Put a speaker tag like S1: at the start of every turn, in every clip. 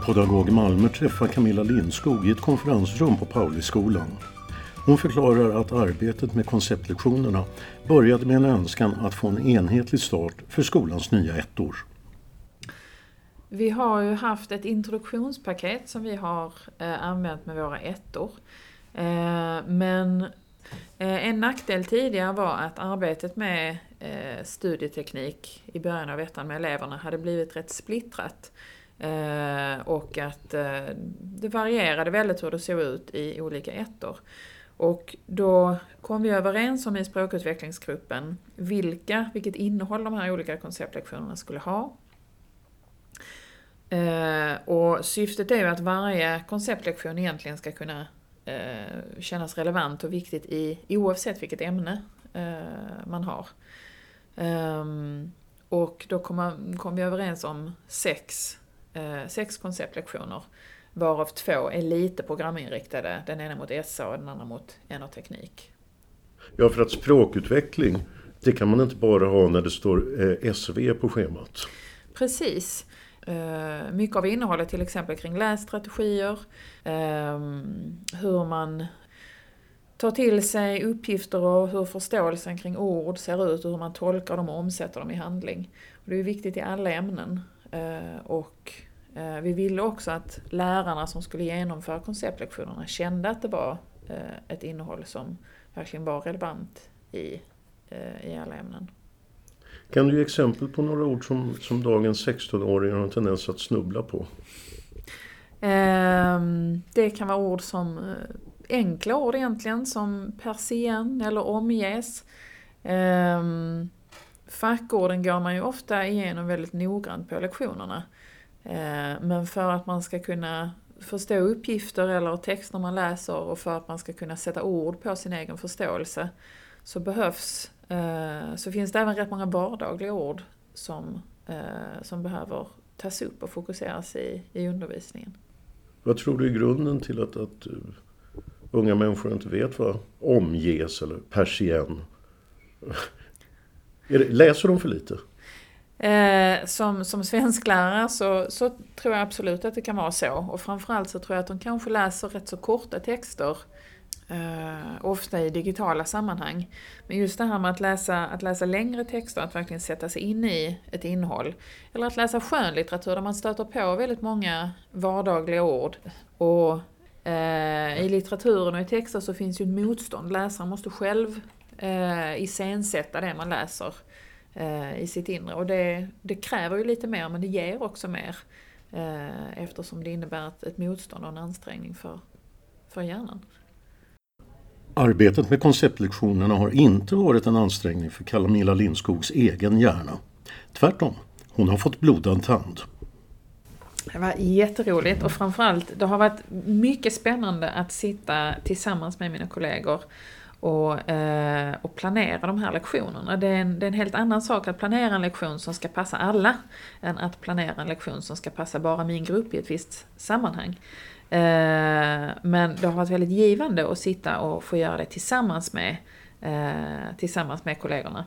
S1: Skolpedagog Malmö träffar Camilla Lindskog i ett konferensrum på Pauliskolan. Hon förklarar att arbetet med konceptlektionerna började med en önskan att få en enhetlig start för skolans nya ettor.
S2: Vi har ju haft ett introduktionspaket som vi har använt med våra ettor. Men en nackdel tidigare var att arbetet med studieteknik i början av ettan med eleverna hade blivit rätt splittrat. Och att det varierade väldigt hur det såg ut i olika ettor. Och då kom vi överens om i språkutvecklingsgruppen vilket innehåll de här olika konceptlektionerna skulle ha. Och syftet är ju att varje konceptlektion egentligen ska kunna kännas relevant och viktigt oavsett vilket ämne man har. Och då kom vi överens om sex konceptlektioner, varav 2 är lite programinriktade. Den ena mot SA och den andra mot NO-teknik.
S1: Ja, för att språkutveckling, det kan man inte bara ha när det står SV på schemat.
S2: Precis. Mycket av innehållet till exempel kring lässtrategier, hur man tar till sig uppgifter och hur förståelsen kring ord ser ut och hur man tolkar dem och omsätter dem i handling. Och det är viktigt i alla ämnen. Och vi ville också att lärarna som skulle genomföra konceptlektionerna kände att det var ett innehåll som verkligen var relevant i alla ämnen.
S1: Kan du ge exempel på några ord som dagens 16-åringar har en tendens att snubbla på?
S2: Det kan vara ord som enkla ord egentligen, som persien eller omges. Fackorden går man ju ofta igenom väldigt noggrant på lektionerna. Men för att man ska kunna förstå uppgifter eller texter man läser och för att man ska kunna sätta ord på sin egen förståelse så finns det även rätt många vardagliga ord som behöver tas upp och fokuseras i undervisningen. Vad
S1: tror du är grunden till att unga människor inte vet vad omges eller persien? Läser de för lite?
S2: Som svensklärare så tror jag absolut att det kan vara så. Och framförallt så tror jag att de kanske läser rätt så korta texter. Ofta i digitala sammanhang. Men just det här med att läsa längre texter, att verkligen sätta sig in i ett innehåll. Eller att läsa skönlitteratur där man stöter på väldigt många vardagliga ord. Och i litteraturen och i texter så finns ju ett motstånd. Läsaren måste själv iscensätta det man läser i sitt inre. Och det kräver ju lite mer, men det ger också mer. Eftersom det innebär ett motstånd och en ansträngning för hjärnan.
S1: Arbetet med konceptlektionerna har inte varit en ansträngning för Camilla Lindskogs egen hjärna. Tvärtom, hon har fått blodad tand.
S2: Det var jätteroligt och framförallt det har varit mycket spännande att sitta tillsammans med mina kollegor och planera de här lektionerna. Det är en helt annan sak att planera en lektion som ska passa alla än att planera en lektion som ska passa bara min grupp i ett visst sammanhang. Men det har varit väldigt givande att sitta och få göra det tillsammans med kollegorna.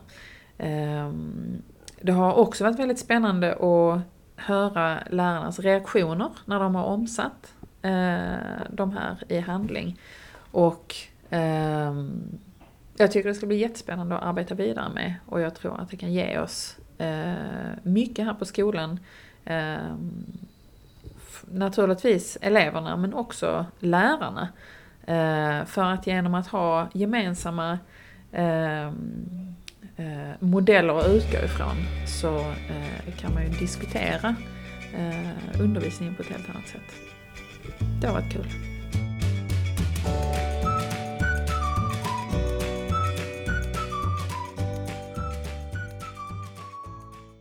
S2: Det har också varit väldigt spännande att höra lärarnas reaktioner när de har omsatt de här i handling. Och jag tycker det ska bli jättespännande att arbeta vidare med. Och jag tror att det kan ge oss mycket här på skolan. Naturligtvis eleverna men också lärarna. För att genom att ha gemensamma modeller att utgå ifrån så kan man ju diskutera undervisningen på ett helt annat sätt. Det har varit kul.